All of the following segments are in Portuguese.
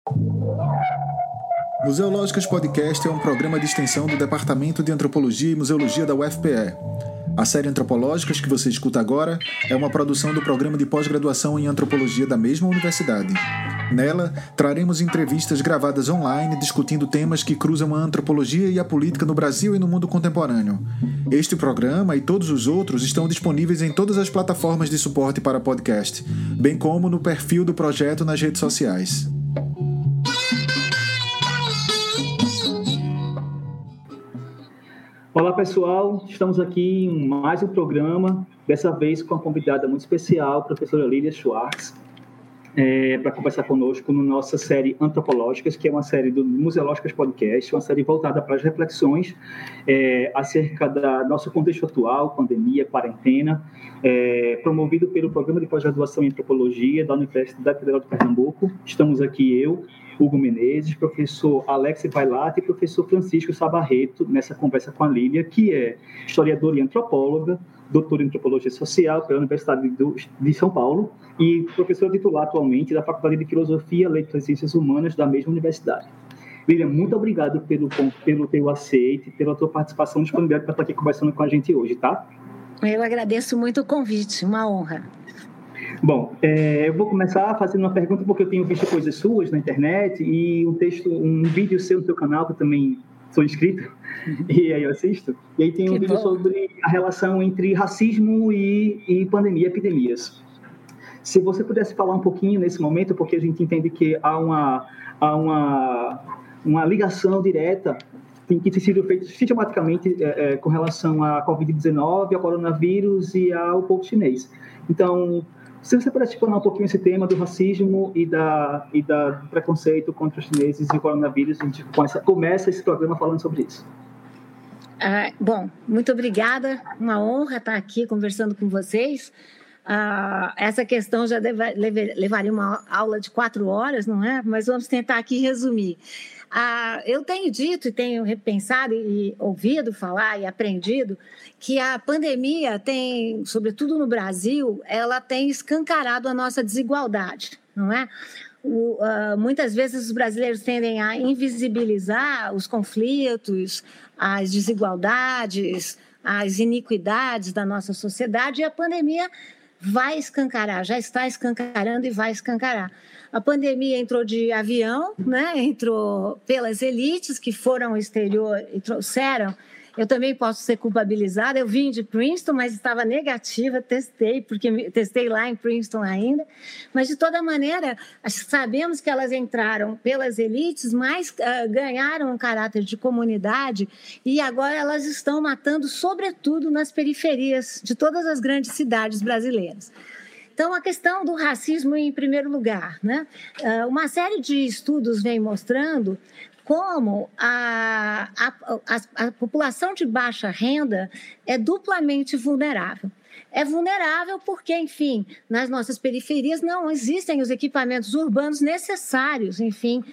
Museológicas Podcast é um programa de extensão do Departamento de Antropologia e Museologia da UFPE. A série Antropológicas que você escuta agora é uma produção do programa de pós-graduação em Antropologia da mesma universidade. Nela, traremos entrevistas gravadas online discutindo temas que cruzam a antropologia e a política no Brasil e no mundo contemporâneo. Este programa e todos os outros estão disponíveis em todas as plataformas de suporte para podcast, bem como no perfil do projeto nas redes sociais. Olá pessoal, estamos aqui em mais um programa, dessa vez com uma convidada muito especial, a professora Lília Schwartz, para conversar conosco na nossa série Antropológicas, que é uma série do Museológicas Podcast, uma série voltada para as reflexões acerca do nosso contexto atual, pandemia, quarentena, promovido pelo Programa de Pós-Graduação em Antropologia da Universidade Federal de Pernambuco. Estamos aqui eu, Hugo Menezes, professor Alex Vailate e professor Francisco Sabarreto, nessa conversa com a Lília, que é historiadora e antropóloga, doutora em Antropologia Social pela Universidade de São Paulo e professora titular atualmente da Faculdade de Filosofia, Letras e Ciências Humanas da mesma universidade. Lília, muito obrigado pelo teu aceite, pela tua participação disponível para estar aqui conversando com a gente hoje, tá? Eu agradeço muito o convite, uma honra. Bom, eu vou começar fazendo uma pergunta, porque eu tenho visto coisas suas na internet e um vídeo seu no seu canal, que eu também sou inscrito, e aí eu assisto, e aí tem um vídeo sobre a relação entre racismo e pandemia, epidemias. Se você pudesse falar um pouquinho nesse momento, porque a gente entende que há uma ligação direta que tem sido feita sistematicamente com relação à Covid-19, ao coronavírus e ao povo chinês. Então, se você pudesse explorar um pouquinho esse tema do racismo e do preconceito contra os chineses e o coronavírus, a gente começa esse programa falando sobre isso. Bom, muito obrigada, uma honra estar aqui conversando com vocês. Essa questão já levaria uma aula de 4 horas, não é? Mas vamos tentar aqui resumir. Eu tenho dito e tenho repensado e ouvido falar e aprendido que a pandemia tem, sobretudo no Brasil, ela tem escancarado a nossa desigualdade, não é? Muitas vezes os brasileiros tendem a invisibilizar os conflitos, as desigualdades, as iniquidades da nossa sociedade, e a pandemia vai escancarar, já está escancarando e vai escancarar. A pandemia entrou de avião, né? Entrou pelas elites que foram ao exterior e trouxeram. Eu também posso ser culpabilizada. Eu vim de Princeton, mas estava negativa, testei lá em Princeton ainda. Mas, de toda maneira, sabemos que elas entraram pelas elites, mas ganharam um caráter de comunidade e agora elas estão matando, sobretudo, nas periferias de todas as grandes cidades brasileiras. Então, a questão do racismo em primeiro lugar, né? Uma série de estudos vem mostrando como a população de baixa renda é duplamente vulnerável. É vulnerável porque, enfim, nas nossas periferias não existem os equipamentos urbanos necessários, enfim,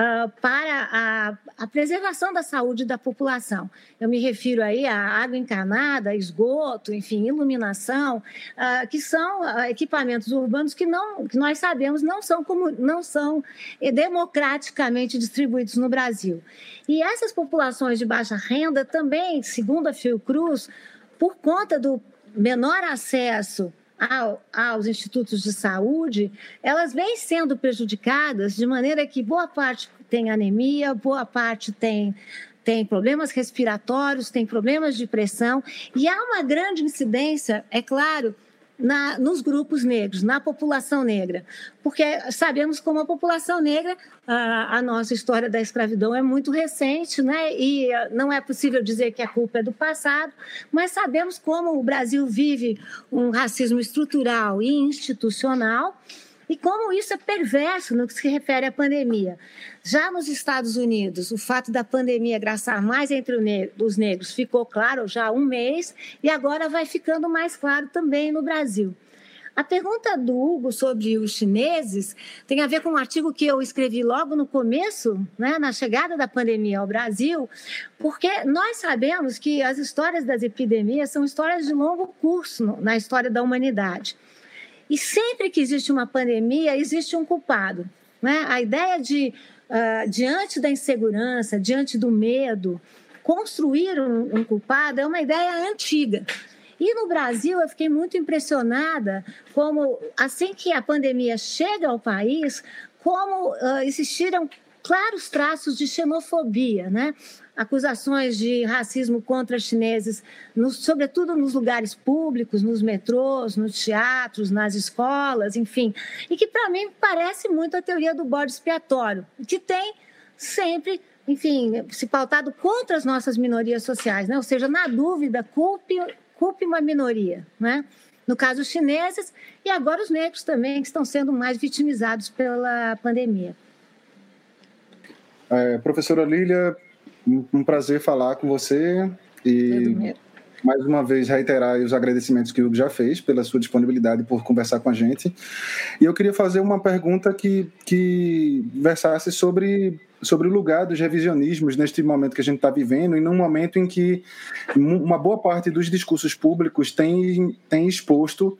para a preservação da saúde da população. Eu me refiro aí à água encanada, esgoto, enfim, iluminação, que são equipamentos urbanos que nós sabemos não são democraticamente distribuídos no Brasil. E essas populações de baixa renda também, segundo a Fiocruz, por conta do menor acesso aos institutos de saúde, elas vêm sendo prejudicadas de maneira que boa parte tem anemia, boa parte tem problemas respiratórios, tem problemas de pressão, e há uma grande incidência, é claro, nos grupos negros, na população negra, porque sabemos como a população negra, a nossa história da escravidão é muito recente, né? E não é possível dizer que a culpa é do passado, mas sabemos como o Brasil vive um racismo estrutural e institucional, e como isso é perverso no que se refere à pandemia. Já nos Estados Unidos, o fato da pandemia graçar mais entre os negros ficou claro já há um mês e agora vai ficando mais claro também no Brasil. A pergunta do Hugo sobre os chineses tem a ver com um artigo que eu escrevi logo no começo, né, na chegada da pandemia ao Brasil, porque nós sabemos que as histórias das epidemias são histórias de longo curso na história da humanidade. E sempre que existe uma pandemia, existe um culpado. né? A ideia de, diante da insegurança, diante do medo, construir um culpado é uma ideia antiga. E no Brasil eu fiquei muito impressionada como, assim que a pandemia chega ao país, como existiram claros traços de xenofobia, né? Acusações de racismo contra chineses, sobretudo nos lugares públicos, nos metrôs, nos teatros, nas escolas, enfim. E que, para mim, parece muito a teoria do bode expiatório, que tem sempre, enfim, se pautado contra as nossas minorias sociais, né? Ou seja, na dúvida, culpe uma minoria, né? No caso, os chineses e agora os negros também, que estão sendo mais vitimizados pela pandemia. Professora Lília, um prazer falar com você e, mais uma vez, reiterar os agradecimentos que o Hugo já fez pela sua disponibilidade por conversar com a gente. E eu queria fazer uma pergunta que versasse sobre o lugar dos revisionismos neste momento que a gente está vivendo e num momento em que uma boa parte dos discursos públicos tem exposto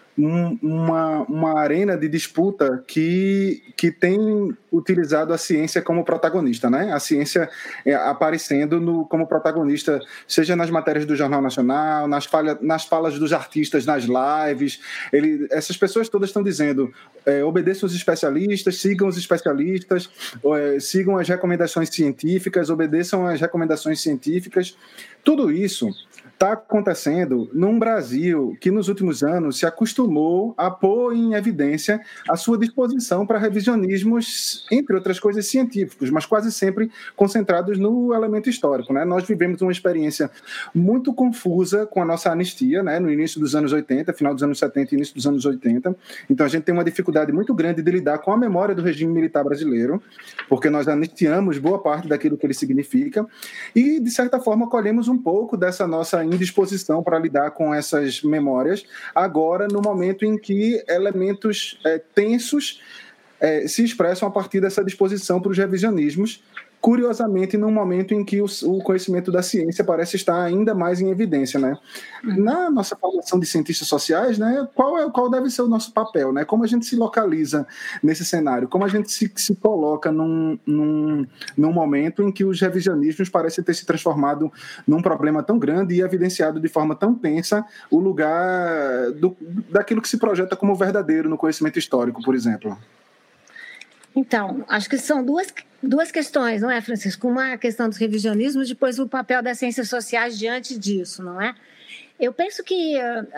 uma arena de disputa que tem utilizado a ciência como protagonista, né? A ciência aparecendo como protagonista, seja nas matérias do Jornal Nacional, nas falas dos artistas, nas lives. Essas pessoas todas estão dizendo, obedeçam os especialistas, sigam os especialistas, sigam as recomendações científicas, obedeçam as recomendações científicas. Tudo isso está acontecendo num Brasil que, nos últimos anos, se acostumou a pôr em evidência a sua disposição para revisionismos, entre outras coisas, científicos, mas quase sempre concentrados no elemento histórico, né? Nós vivemos uma experiência muito confusa com a nossa anistia, né? No início dos anos 80, final dos anos 70 e início dos anos 80. Então, a gente tem uma dificuldade muito grande de lidar com a memória do regime militar brasileiro, porque nós anistiamos boa parte daquilo que ele significa e, de certa forma, colhemos um pouco dessa nossa indisposição para lidar com essas memórias, agora no momento em que elementos tensos se expressam a partir dessa disposição para os revisionismos, curiosamente num momento em que o conhecimento da ciência parece estar ainda mais em evidência, né? Na nossa formação de cientistas sociais, né, qual deve ser o nosso papel, né? Como a gente se localiza nesse cenário, como a gente se coloca num momento em que os revisionismos parecem ter se transformado num problema tão grande e evidenciado de forma tão tensa o lugar daquilo que se projeta como verdadeiro no conhecimento histórico, por exemplo. Então, acho que são duas questões, não é, Francisco? Uma questão dos revisionismos, depois o papel das ciências sociais diante disso, não é? Eu penso que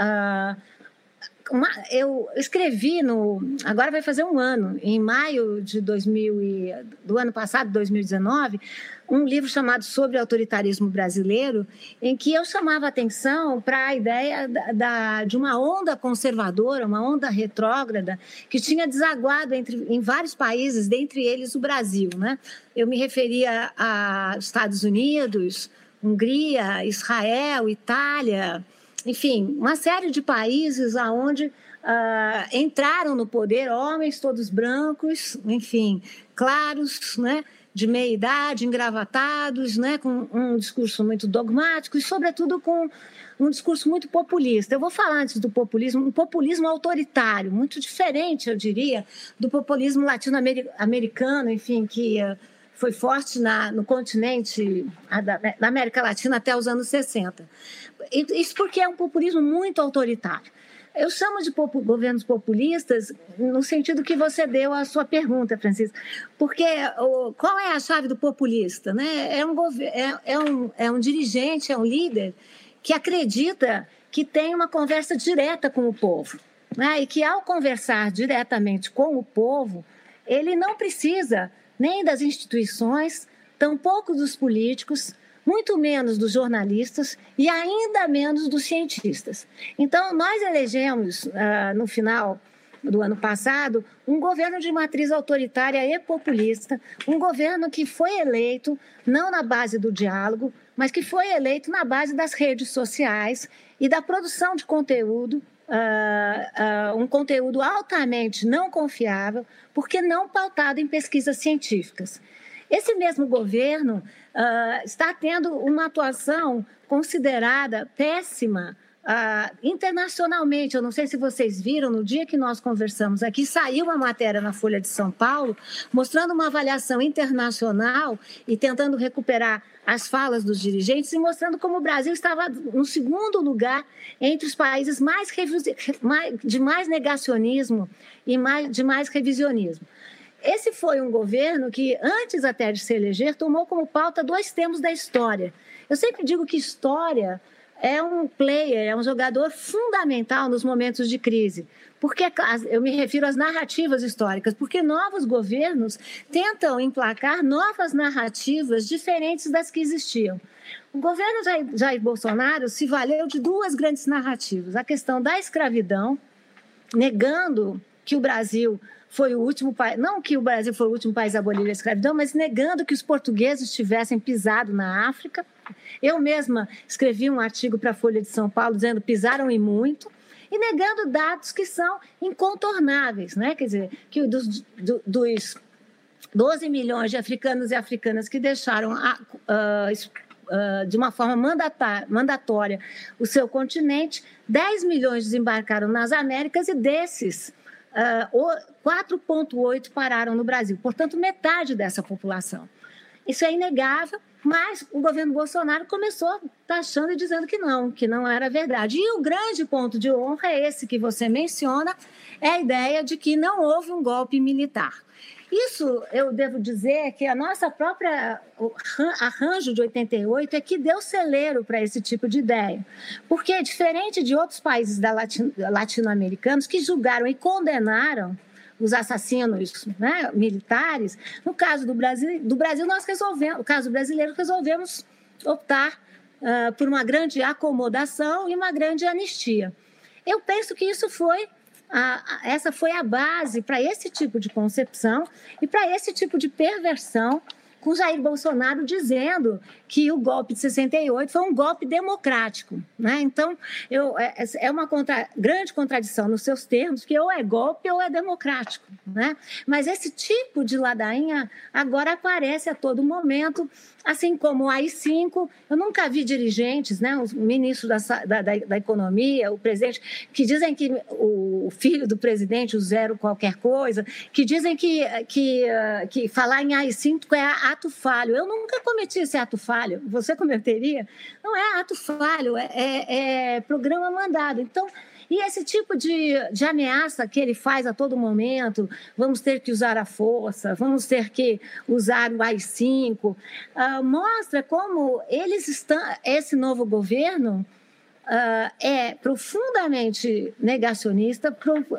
eu escrevi agora vai fazer um ano, em maio do ano passado, 2019, um livro chamado Sobre o Autoritarismo Brasileiro, em que eu chamava atenção para a ideia de uma onda conservadora, uma onda retrógrada, que tinha desaguado em vários países, dentre eles o Brasil, né? Eu me referia a Estados Unidos, Hungria, Israel, Itália, enfim, uma série de países onde entraram no poder homens todos brancos, enfim, claros, né? De meia idade, engravatados, né, com um discurso muito dogmático e, sobretudo, com um discurso muito populista. Eu vou falar antes do populismo, um populismo autoritário, muito diferente, eu diria, do populismo latino-americano, enfim, que foi forte no continente, na América Latina até os anos 60. Isso porque é um populismo muito autoritário. Eu chamo de governos populistas no sentido que você deu à sua pergunta, Francisco, porque qual é a chave do populista, né? É um dirigente, é um líder que acredita que tem uma conversa direta com o povo, né? E que, ao conversar diretamente com o povo, ele não precisa nem das instituições, tampouco dos políticos, muito menos dos jornalistas e ainda menos dos cientistas. Então, nós elegemos, no final do ano passado, um governo de matriz autoritária e populista, um governo que foi eleito não na base do diálogo, mas que foi eleito na base das redes sociais e da produção de conteúdo, um conteúdo altamente não confiável, porque não pautado em pesquisas científicas. Esse mesmo governo está tendo uma atuação considerada péssima Internacionalmente, eu não sei se vocês viram, no dia que nós conversamos aqui, saiu uma matéria na Folha de São Paulo mostrando uma avaliação internacional e tentando recuperar as falas dos dirigentes e mostrando como o Brasil estava no segundo lugar entre os países de mais negacionismo e de mais revisionismo. Esse foi um governo que, antes até de se eleger, tomou como pauta 2 temas da história. Eu sempre digo que história é um player, é um jogador fundamental nos momentos de crise. Porque eu me refiro às narrativas históricas, porque novos governos tentam emplacar novas narrativas diferentes das que existiam. O governo Jair Bolsonaro se valeu de 2 grandes narrativas. A questão da escravidão, negando que o Brasil foi o último país, não que o Brasil foi o último país a abolir a escravidão, mas negando que os portugueses tivessem pisado na África. Eu mesma escrevi um artigo para a Folha de São Paulo dizendo que pisaram e muito, e negando dados que são incontornáveis, né? Quer dizer, que dos 12 milhões de africanos e africanas que deixaram de uma forma mandatória o seu continente, 10 milhões desembarcaram nas Américas e desses 4,8 pararam no Brasil, portanto, metade dessa população. Isso é inegável, mas o governo Bolsonaro começou taxando e dizendo que não era verdade. E o grande ponto de honra é esse que você menciona, é a ideia de que não houve um golpe militar. Isso, eu devo dizer, que a nossa própria arranjo de 88 é que deu celeiro para esse tipo de ideia. Porque, diferente de outros países latino-americanos que julgaram e condenaram os assassinos, né, militares, no caso do Brasil nós resolvemos, no caso brasileiro, resolvemos optar por uma grande acomodação e uma grande anistia. Eu penso que isso essa foi a base para esse tipo de concepção e para esse tipo de perversão, com Jair Bolsonaro dizendo que o golpe de 68 foi um golpe democrático, né? Então, é uma grande contradição nos seus termos, que ou é golpe ou é democrático, né? Mas esse tipo de ladainha agora aparece a todo momento, assim como o AI-5. Eu nunca vi dirigentes, né, os ministros da Economia, o presidente, que dizem que o filho do presidente, o Zero qualquer coisa, que dizem que falar em AI-5 é ato falho. Eu nunca cometi esse ato falho. Você cometeria? Não é ato falho, é programa mandado. Então, e esse tipo de ameaça que ele faz a todo momento, vamos ter que usar a força, vamos ter que usar o AI-5, mostra como esse novo governo é profundamente negacionista,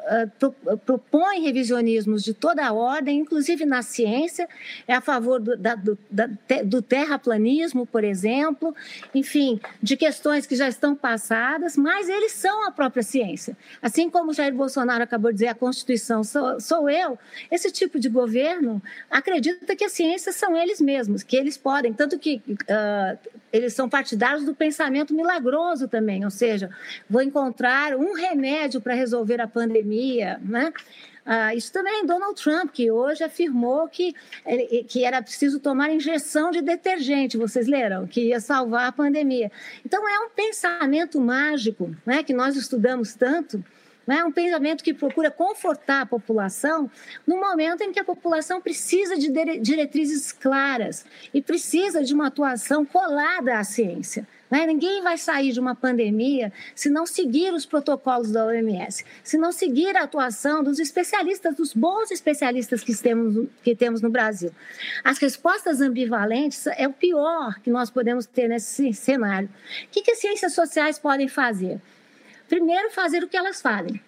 propõe revisionismos de toda a ordem, inclusive na ciência, é a favor do terraplanismo, por exemplo, enfim, de questões que já estão passadas, mas eles são a própria ciência. Assim como Jair Bolsonaro acabou de dizer, a Constituição sou eu, esse tipo de governo acredita que as ciências são eles mesmos, que eles podem, tanto que eles são partidários do pensamento milagroso também, ou seja, vou encontrar um remédio para resolver a pandemia, né? Isso também é Donald Trump, que hoje afirmou que era preciso tomar injeção de detergente, vocês leram? Que ia salvar a pandemia. Então, é um pensamento mágico, né, que nós estudamos tanto, é um pensamento que procura confortar a população no momento em que a população precisa de diretrizes claras e precisa de uma atuação colada à ciência. Ninguém vai sair de uma pandemia se não seguir os protocolos da OMS, se não seguir a atuação dos especialistas, dos bons especialistas que temos no Brasil. As respostas ambivalentes é o pior que nós podemos ter nesse cenário. O que as ciências sociais podem fazer? Primeiro, fazer o que elas fazem.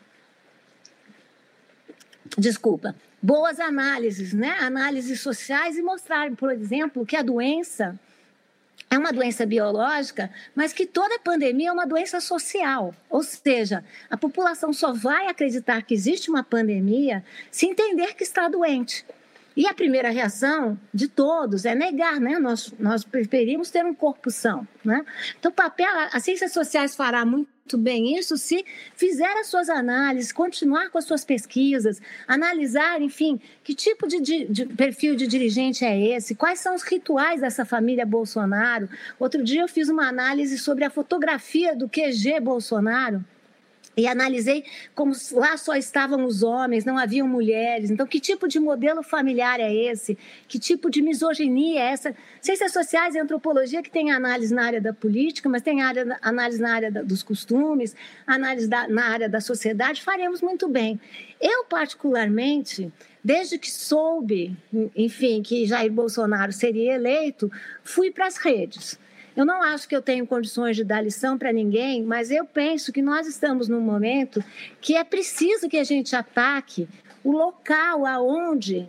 Boas análises, né? Análises sociais e mostrar, por exemplo, que a doença é uma doença biológica, mas que toda pandemia é uma doença social. Ou seja, a população só vai acreditar que existe uma pandemia se entender que está doente. E a primeira reação de todos é negar, né? Nós preferimos ter um corpo são, né? Então, as ciências sociais fará muito muito bem isso se fizer as suas análises, continuar com as suas pesquisas, analisar, enfim, que tipo de perfil de dirigente é esse, quais são os rituais dessa família Bolsonaro. Outro dia eu fiz uma análise sobre a fotografia do QG Bolsonaro, e analisei como lá só estavam os homens, não haviam mulheres. Então, que tipo de modelo familiar é esse? Que tipo de misoginia é essa? Ciências sociais e antropologia que tem análise na área da política, mas tem análise na área dos costumes, análise na área da sociedade, faremos muito bem. Eu, particularmente, desde que soube, enfim, que Jair Bolsonaro seria eleito, fui para as redes. Eu não acho que eu tenho condições de dar lição para ninguém, mas eu penso que nós estamos num momento que é preciso que a gente ataque o local aonde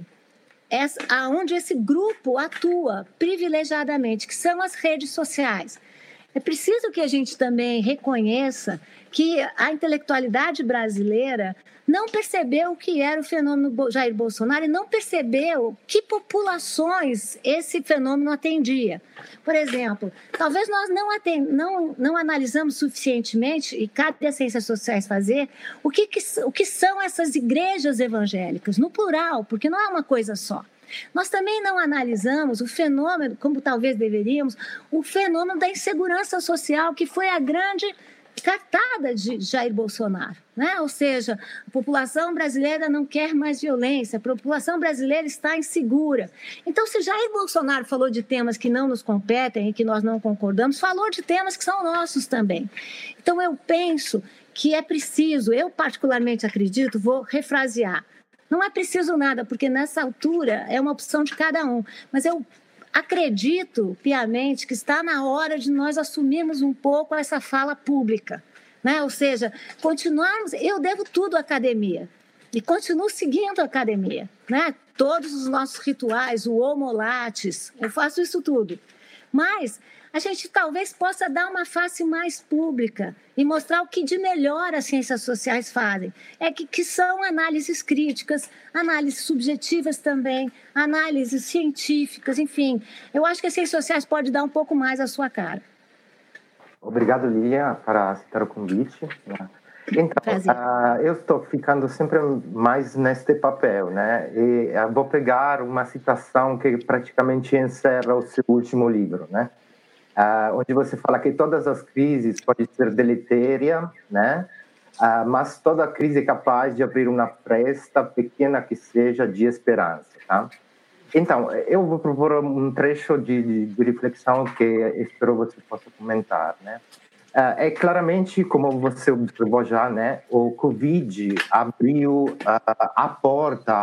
esse grupo atua privilegiadamente, que são as redes sociais. É preciso que a gente também reconheça que a intelectualidade brasileira não percebeu o que era o fenômeno Jair Bolsonaro e não percebeu que populações esse fenômeno atendia. Por exemplo, talvez nós não analisamos suficientemente, e cabe às ciências sociais fazer, o que são essas igrejas evangélicas, no plural, porque não é uma coisa só. Nós também não analisamos o fenômeno, como talvez deveríamos, o fenômeno da insegurança social, que foi a grande cartada de Jair Bolsonaro, né? Ou seja, a população brasileira não quer mais violência, a população brasileira está insegura. Então, se Jair Bolsonaro falou de temas que não nos competem e que nós não concordamos, falou de temas que são nossos também. Então, eu penso que é preciso, eu particularmente acredito, vou refrasear, não é preciso nada, porque nessa altura é uma opção de cada um, mas eu acredito piamente que está na hora de nós assumirmos um pouco essa fala pública, né? Ou seja, continuarmos... Eu devo tudo à academia e continuo seguindo a academia, né? Todos os nossos rituais, o Homo Lattes, eu faço isso tudo. Mas a gente talvez possa dar uma face mais pública e mostrar o que de melhor as ciências sociais fazem. Que são análises críticas, análises subjetivas também, análises científicas, enfim. Eu acho que as ciências sociais podem dar um pouco mais a sua cara. Obrigado, Lilian, por aceitar o convite. Então, eu estou ficando sempre mais neste papel, né? E vou pegar uma citação que praticamente encerra o seu último livro, né? Onde você fala que todas as crises podem ser deletérias, né? Mas toda crise é capaz de abrir uma fresta, pequena que seja, de esperança, tá? Então, eu vou propor um trecho de reflexão que espero você possa comentar, né? É claramente, como você observou já, né? O Covid abriu a porta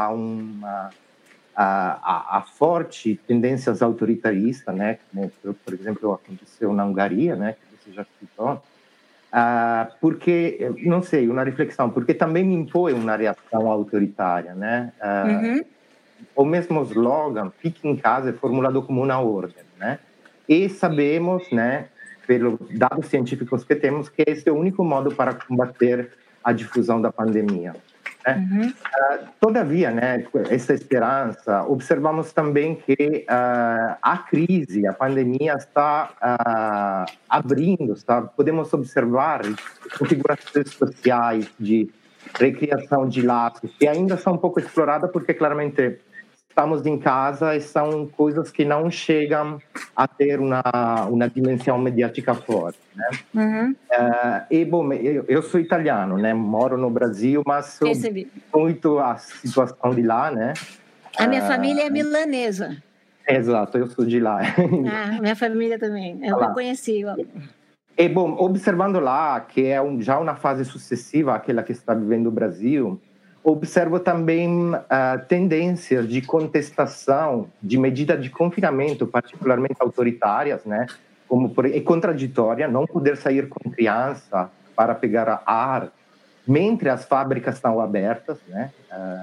a forte tendências autoritaristas, né? Como, por exemplo, aconteceu na Hungria, né? Que você já citou. Porque, não sei, uma reflexão, porque também impõe uma reação autoritária, né? O mesmo slogan, fique em casa, é formulado como uma ordem, né? E sabemos, né, pelos dados científicos que temos, que esse é o único modo para combater a difusão da pandemia. Né? Todavia, né, essa esperança, observamos também que a crise, a pandemia está abrindo, podemos observar configurações sociais de recriação de laços que ainda são um pouco exploradas porque claramente estamos em casa e são coisas que não chegam a ter uma dimensão mediática forte, né? E bom, eu sou italiano, né? Moro no Brasil, mas sou muito a situação de lá, né? A minha família é milanesa. Exato, eu sou de lá. Minha família também. Eu conheci. E bom, observando lá que é já uma fase sucessiva àquela que está vivendo o Brasil, observo também tendências de contestação de medidas de confinamento, particularmente autoritárias, né? Como é contraditória, não poder sair com criança para pegar ar, mentre as fábricas estão abertas, né?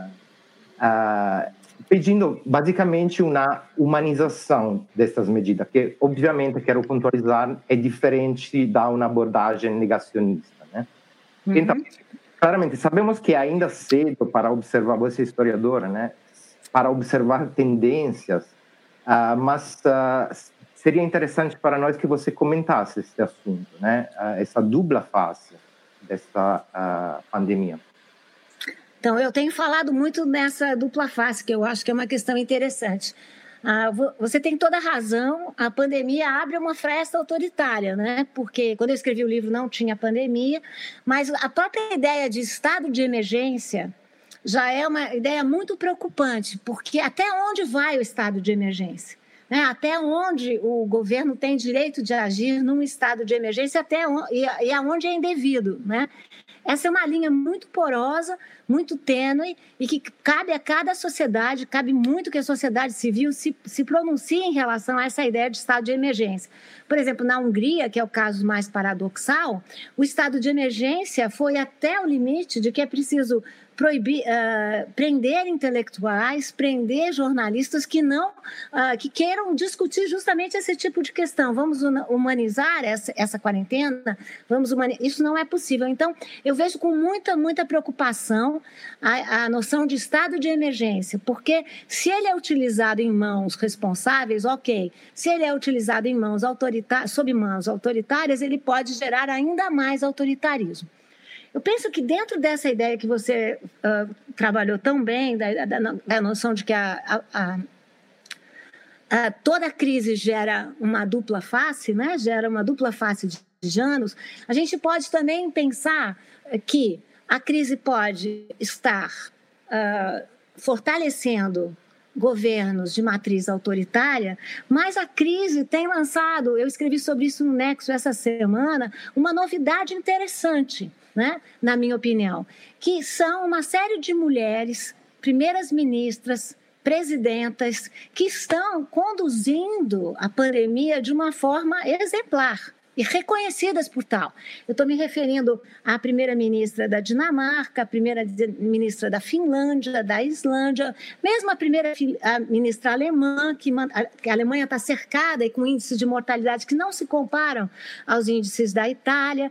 Pedindo basicamente uma humanização dessas medidas, que obviamente, quero pontualizar, é diferente da uma abordagem negacionista, né? Então, claramente, sabemos que ainda cedo para observar, você é historiadora, né? Para observar tendências, mas seria interessante para nós que você comentasse esse assunto, né? Essa dupla face. dessa pandemia? Então, eu tenho falado muito nessa dupla face, que eu acho que é uma questão interessante. Você tem toda a razão, a pandemia abre uma fresta autoritária, né? Porque quando eu escrevi o livro não tinha pandemia, mas a própria ideia de estado de emergência já é uma ideia muito preocupante, porque até onde vai o estado de emergência? Né? Até onde o governo tem direito de agir num estado de emergência e aonde é indevido, né? Essa é uma linha muito porosa, muito tênue e que cabe a cada sociedade, cabe muito que a sociedade civil se pronuncie em relação a essa ideia de estado de emergência. Por exemplo, na Hungria, que é o caso mais paradoxal, o estado de emergência foi até o limite de que é preciso proibir, prender intelectuais, prender jornalistas que queiram discutir justamente esse tipo de questão. Vamos humanizar essa quarentena? Isso não é possível. Então, eu vejo com muita preocupação a noção de estado de emergência, porque se ele é utilizado em mãos responsáveis, ok. Se ele é utilizado em mãos sob mãos autoritárias, ele pode gerar ainda mais autoritarismo. Eu penso que dentro dessa ideia que você trabalhou tão bem, da noção de que toda crise gera uma dupla face, né? Gera uma dupla face de anos, a gente pode também pensar que a crise pode estar fortalecendo governos de matriz autoritária, mas a crise tem lançado, eu escrevi sobre isso no Nexo essa semana, uma novidade interessante, né, na minha opinião, que são uma série de mulheres, primeiras ministras, presidentas, que estão conduzindo a pandemia de uma forma exemplar e reconhecidas por tal. Eu estou me referindo à primeira-ministra da Dinamarca, à primeira-ministra da Finlândia, da Islândia, mesmo a primeira-ministra alemã, que a Alemanha está cercada e com índices de mortalidade que não se comparam aos índices da Itália.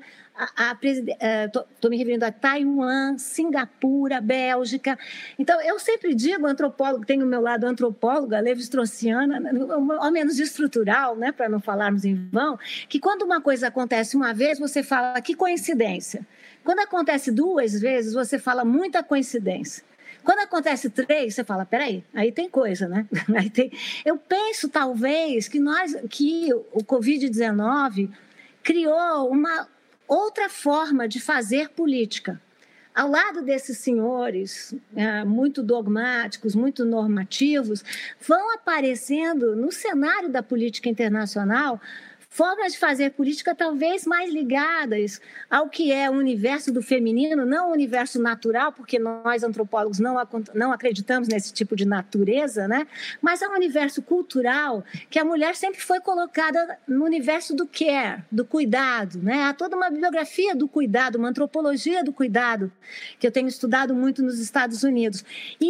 Estou me referindo a Taiwan, Singapura, Bélgica. Então, eu sempre digo, antropólogo, tenho o meu lado antropóloga, levi-straussiana, ao menos estrutural, né, para não falarmos em vão, que quando uma coisa acontece uma vez, você fala, que coincidência. Quando acontece 2 vezes, você fala, muita coincidência. Quando acontece 3, você fala, peraí, aí tem coisa, né? Eu penso, talvez, que o Covid-19 criou uma outra forma de fazer política. Ao lado desses senhores muito dogmáticos, muito normativos, vão aparecendo no cenário da política internacional formas de fazer política talvez mais ligadas ao que é o universo do feminino, não o universo natural, porque nós antropólogos não acreditamos nesse tipo de natureza, né? Mas é um universo cultural que a mulher sempre foi colocada no universo do care, do cuidado, né? Há toda uma bibliografia do cuidado, uma antropologia do cuidado, que eu tenho estudado muito nos Estados Unidos. E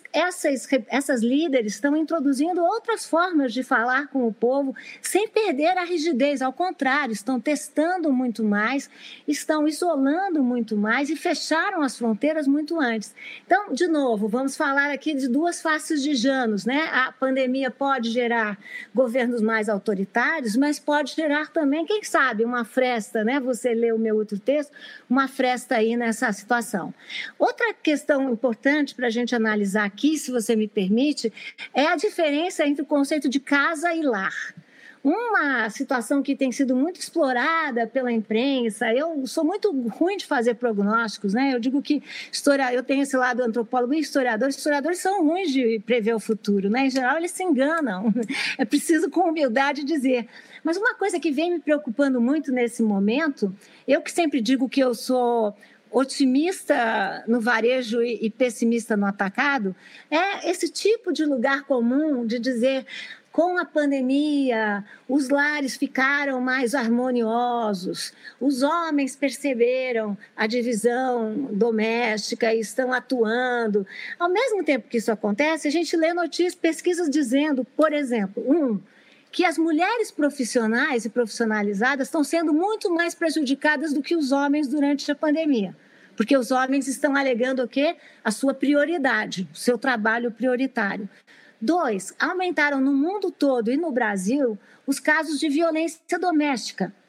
essas líderes estão introduzindo outras formas de falar com o povo sem perder a rigidez, ao contrário, estão testando muito mais, estão isolando muito mais e fecharam as fronteiras muito antes. Então, de novo, vamos falar aqui de 2 faces de Janus, né? A pandemia pode gerar governos mais autoritários, mas pode gerar também, quem sabe, uma fresta, né? Você leu o meu outro texto, uma fresta aí nessa situação. Outra questão importante para a gente analisar aqui, se você me permite, é a diferença entre o conceito de casa e lar. Uma situação que tem sido muito explorada pela imprensa, eu sou muito ruim de fazer prognósticos, né? Eu digo que eu tenho esse lado antropólogo e historiadores são ruins de prever o futuro, né? Em geral, eles se enganam, é preciso com humildade dizer. Mas uma coisa que vem me preocupando muito nesse momento, eu que sempre digo que eu sou otimista no varejo e pessimista no atacado, é esse tipo de lugar comum de dizer, com a pandemia, os lares ficaram mais harmoniosos, os homens perceberam a divisão doméstica e estão atuando. Ao mesmo tempo que isso acontece, a gente lê notícias, pesquisas dizendo, por exemplo, que as mulheres profissionais e profissionalizadas estão sendo muito mais prejudicadas do que os homens durante a pandemia, porque os homens estão alegando o quê? A sua prioridade, o seu trabalho prioritário. 2, aumentaram no mundo todo e no Brasil os casos de violência doméstica.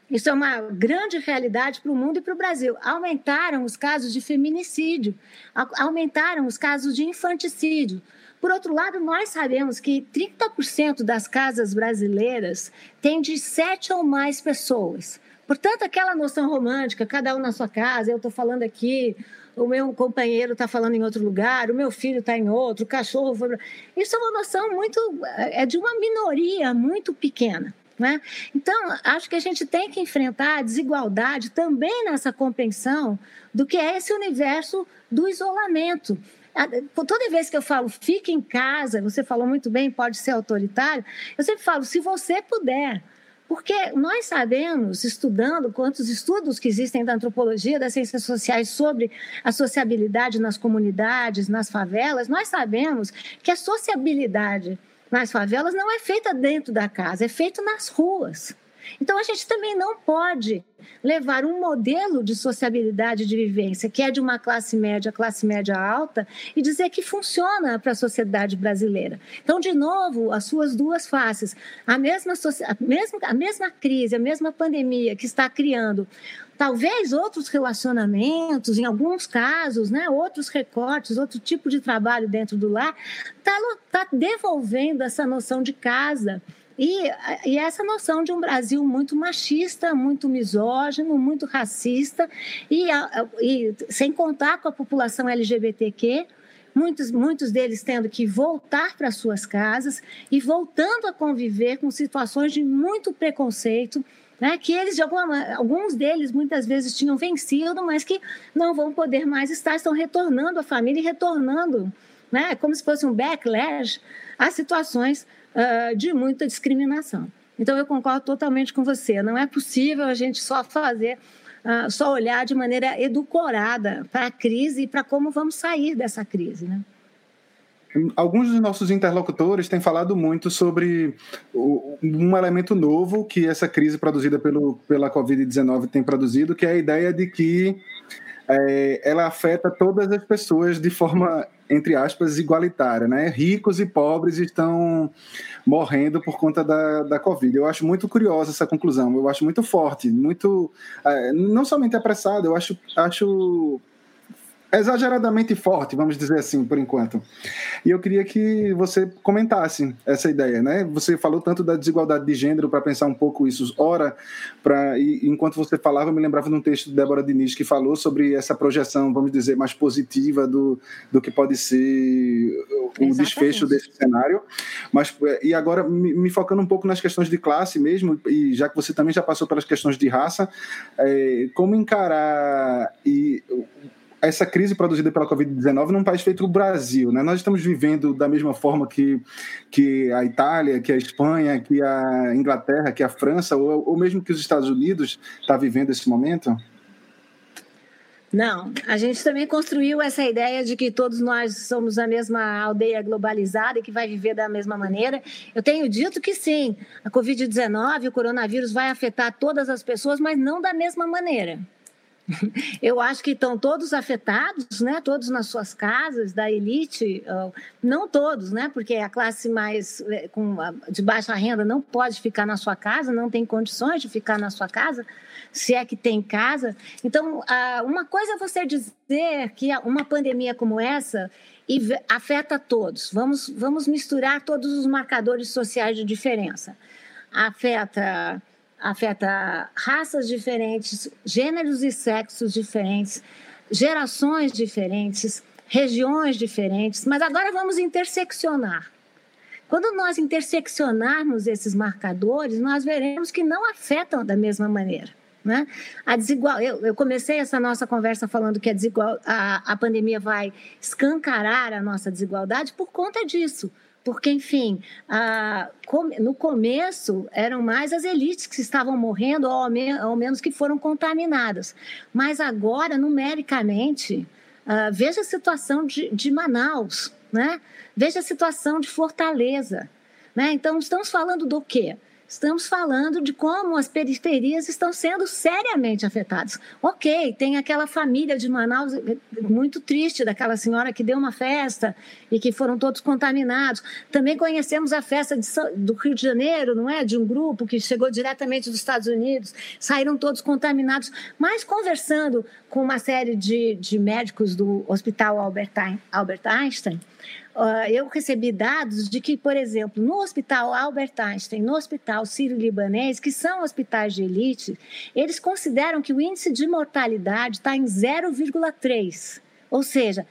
Isso é uma grande realidade para o mundo e para o Brasil. Aumentaram os casos de feminicídio, aumentaram os casos de infanticídio. Por outro lado, nós sabemos que 30% das casas brasileiras têm de 7 ou mais pessoas. Portanto, aquela noção romântica, cada um na sua casa, eu estou falando aqui, o meu companheiro está falando em outro lugar, o meu filho está em outro, o cachorro foi... Isso é uma noção de uma minoria muito pequena. Né? Então, acho que a gente tem que enfrentar a desigualdade também nessa compreensão do que é esse universo do isolamento. Toda vez que eu falo, fique em casa, você falou muito bem, pode ser autoritário, eu sempre falo, se você puder, porque nós sabemos, estudando quantos estudos que existem da antropologia, das ciências sociais sobre a sociabilidade nas comunidades, nas favelas, nós sabemos que a sociabilidade nas favelas não é feita dentro da casa, é feita nas ruas. Então, a gente também não pode levar um modelo de sociabilidade de vivência, que é de uma classe média alta, e dizer que funciona para a sociedade brasileira. Então, de novo, as suas duas faces. A mesma crise, a mesma pandemia que está criando talvez outros relacionamentos, em alguns casos, né, outros recortes, outro tipo de trabalho dentro do lar, está devolvendo essa noção de casa e essa noção de um Brasil muito machista, muito misógino, muito racista, e sem contar com a população LGBTQ, muitos deles tendo que voltar para suas casas e voltando a conviver com situações de muito preconceito, né, que eles, alguns deles, muitas vezes tinham vencido, mas que não vão poder mais estão retornando à família e retornando, né, como se fosse um backlash a situações de muita discriminação. Então, eu concordo totalmente com você. Não é possível a gente só olhar de maneira edulcorada para a crise e para como vamos sair dessa crise, né? Alguns dos nossos interlocutores têm falado muito sobre um elemento novo que essa crise produzida pela Covid-19 tem produzido, que é a ideia de que ela afeta todas as pessoas de forma, entre aspas, igualitária, né? Ricos e pobres estão morrendo por conta da Covid. Eu acho muito curiosa essa conclusão, eu acho muito forte, muito, não somente apressada, eu acho exageradamente forte, vamos dizer assim, por enquanto. E eu queria que você comentasse essa ideia, né? Você falou tanto da desigualdade de gênero, para pensar um pouco isso. Enquanto você falava, eu me lembrava de um texto de Débora Diniz que falou sobre essa projeção, vamos dizer, mais positiva do que pode ser o desfecho desse cenário. E agora, me focando um pouco nas questões de classe mesmo, e já que você também já passou pelas questões de raça, como encarar essa crise produzida pela Covid-19 num país feito o Brasil, né? Nós estamos vivendo da mesma forma que a Itália, que a Espanha, que a Inglaterra, que a França, ou mesmo que os Estados Unidos está vivendo esse momento? Não, a gente também construiu essa ideia de que todos nós somos a mesma aldeia globalizada e que vai viver da mesma maneira. Eu tenho dito que sim, a Covid-19, o coronavírus vai afetar todas as pessoas, mas não da mesma maneira. Eu acho que estão todos afetados, né? Todos nas suas casas, da elite, não todos, né? Porque a classe mais de baixa renda não pode ficar na sua casa, não tem condições de ficar na sua casa, se é que tem casa. Então, uma coisa é você dizer que uma pandemia como essa afeta todos. Vamos misturar todos os marcadores sociais de diferença. Afeta raças diferentes, gêneros e sexos diferentes, gerações diferentes, regiões diferentes, mas agora vamos interseccionar. Quando nós interseccionarmos esses marcadores, nós veremos que não afetam da mesma maneira, né? Eu comecei essa nossa conversa falando que a pandemia vai escancarar a nossa desigualdade por conta disso. Porque, enfim, no começo eram mais as elites que estavam morrendo, ou ao menos que foram contaminadas. Mas agora, numericamente, veja a situação de Manaus, né? Veja a situação de Fortaleza, né? Então, estamos falando do quê? Estamos falando de como as periferias estão sendo seriamente afetadas. Ok, tem aquela família de Manaus muito triste, daquela senhora que deu uma festa e que foram todos contaminados. Também conhecemos a festa do Rio de Janeiro, não é? De um grupo que chegou diretamente dos Estados Unidos, saíram todos contaminados. Mas conversando com uma série de médicos do Hospital Albert Einstein, eu recebi dados de que, por exemplo, no Hospital Albert Einstein, no Hospital Sírio-Libanês, que são hospitais de elite, eles consideram que o índice de mortalidade está em 0,3. Ou seja,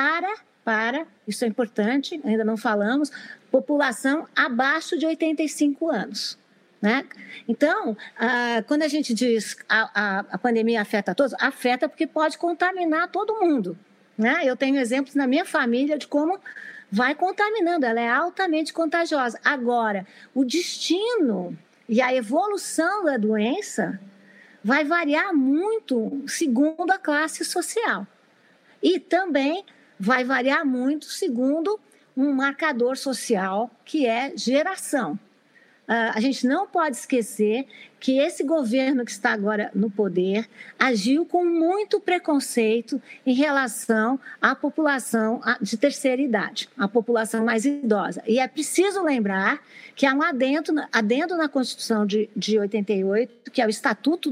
isso é importante, ainda não falamos, população abaixo de 85 anos. Né? Então, quando a gente diz a pandemia afeta todos, afeta porque pode contaminar todo mundo. Né? Eu tenho exemplos na minha família de como vai contaminando, ela é altamente contagiosa. Agora, o destino e a evolução da doença vai variar muito segundo a classe social. E também vai variar muito segundo um marcador social que é geração. A gente não pode esquecer que esse governo que está agora no poder agiu com muito preconceito em relação à população de terceira idade, a população mais idosa. E é preciso lembrar que há um adendo na Constituição de 88, que é o Estatuto,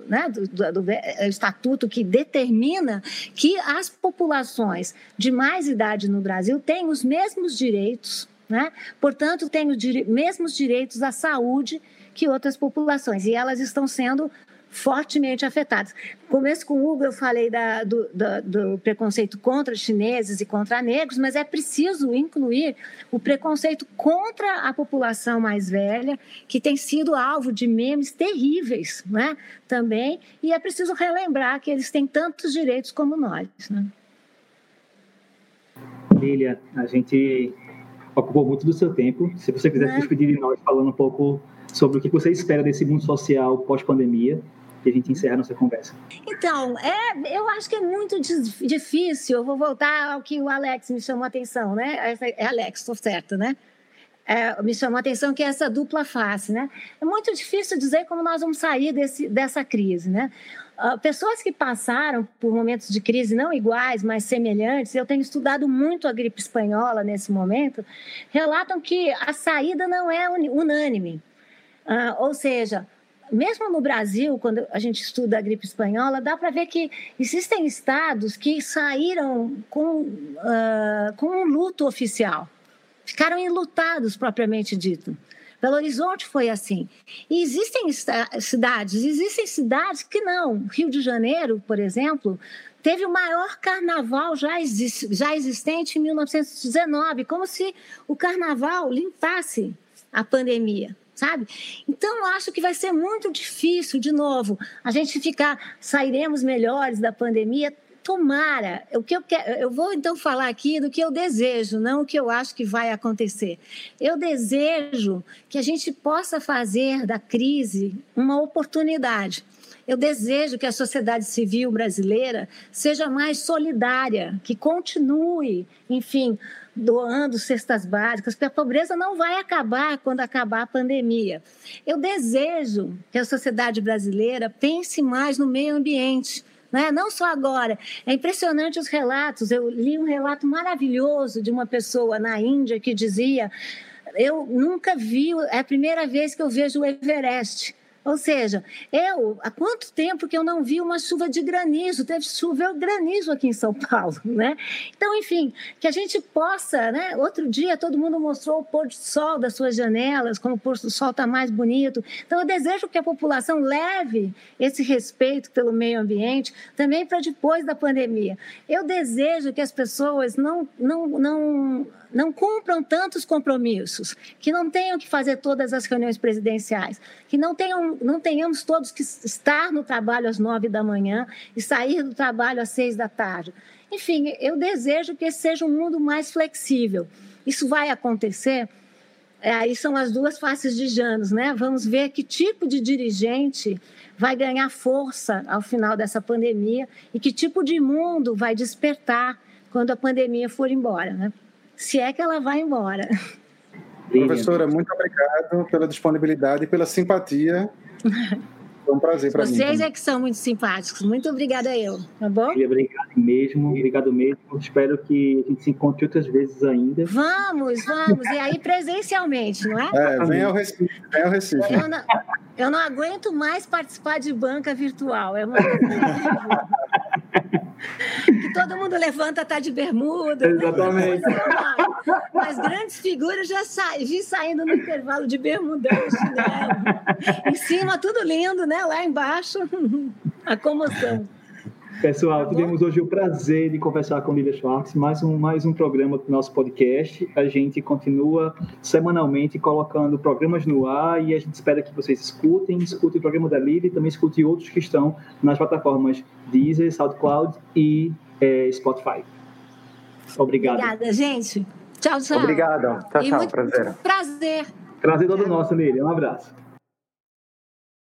o Estatuto que determina que as populações de mais idade no Brasil têm os mesmos direitos, né? Portanto, têm os mesmos direitos à saúde que outras populações, e elas estão sendo fortemente afetadas. No começo com o Hugo eu falei do preconceito contra chineses e contra negros, mas é preciso incluir o preconceito contra a população mais velha, que tem sido alvo de memes terríveis, né? Também, e é preciso relembrar que eles têm tantos direitos como nós. Né? Lília, a gente ocupou muito do seu tempo. Se você quiser se despedir de nós falando um pouco sobre o que você espera desse mundo social pós-pandemia, que a gente encerra a nossa conversa. Então, eu acho que é muito difícil. Eu vou voltar ao que o Alex me chamou a atenção, né? É Alex, estou certo, né? Me chamou a atenção que é essa dupla face, né? É muito difícil dizer como nós vamos sair dessa crise, né? Pessoas que passaram por momentos de crise não iguais, mas semelhantes, eu tenho estudado muito a gripe espanhola nesse momento, relatam que a saída não é unânime. Ou seja, mesmo no Brasil, quando a gente estuda a gripe espanhola, dá para ver que existem estados que saíram com um luto oficial, ficaram enlutados, propriamente dito. Belo Horizonte foi assim. E existem cidades que não. Rio de Janeiro, por exemplo, teve o maior carnaval já existente em 1919, como se o carnaval limpasse a pandemia, sabe? Então, acho que vai ser muito difícil, de novo, a gente sairemos melhores da pandemia. Tomara, eu vou então falar aqui do que eu desejo, não o que eu acho que vai acontecer. Eu desejo que a gente possa fazer da crise uma oportunidade. Eu desejo que a sociedade civil brasileira seja mais solidária, que continue, enfim, doando cestas básicas, porque a pobreza não vai acabar quando acabar a pandemia. Eu desejo que a sociedade brasileira pense mais no meio ambiente, né? Não só agora. É impressionante os relatos. Eu li um relato maravilhoso de uma pessoa na Índia que dizia: eu nunca vi, é a primeira vez que eu vejo o Everest. Ou seja, há quanto tempo que eu não vi uma chuva de granizo? Choveu granizo aqui em São Paulo, né? Então, enfim, que a gente possa, né? Outro dia todo mundo mostrou o pôr do sol das suas janelas, como o pôr do sol está mais bonito. Então, eu desejo que a população leve esse respeito pelo meio ambiente também para depois da pandemia. Eu desejo que as pessoas não cumpram tantos compromissos, que não tenham que fazer todas as reuniões presidenciais, que não tenhamos todos que estar no trabalho às 9 da manhã e sair do trabalho às 6 da tarde. Enfim, eu desejo que esse seja um mundo mais flexível. Isso vai acontecer? Aí são as duas faces de Janus, né? Vamos ver que tipo de dirigente vai ganhar força ao final dessa pandemia e que tipo de mundo vai despertar quando a pandemia for embora, né? Se é que ela vai embora. Professora, muito obrigado pela disponibilidade e pela simpatia. Foi um prazer para mim. Vocês é que são muito simpáticos. Muito obrigada eu, tá bom? Obrigado mesmo. Espero que a gente se encontre outras vezes ainda. Vamos. E aí presencialmente, não é? Vem ao Recife. Eu não aguento mais participar de banca virtual. É uma que todo mundo levanta, tá de bermuda. Exatamente. Né? Mas grandes figuras já vi saindo no intervalo de bermudão, chinelo. Em cima, tudo lindo, né? Lá embaixo, a comoção. Pessoal, tivemos hoje o prazer de conversar com Lília Schwartz, mais um programa do nosso podcast. A gente continua semanalmente colocando programas no ar e a gente espera que vocês escutem o programa da Lília e também escutem outros que estão nas plataformas Deezer, SoundCloud e Spotify. Obrigado. Obrigada, gente. Tchau. Obrigado. Tchau. Prazer. Prazer todo nosso, Lília. Um abraço.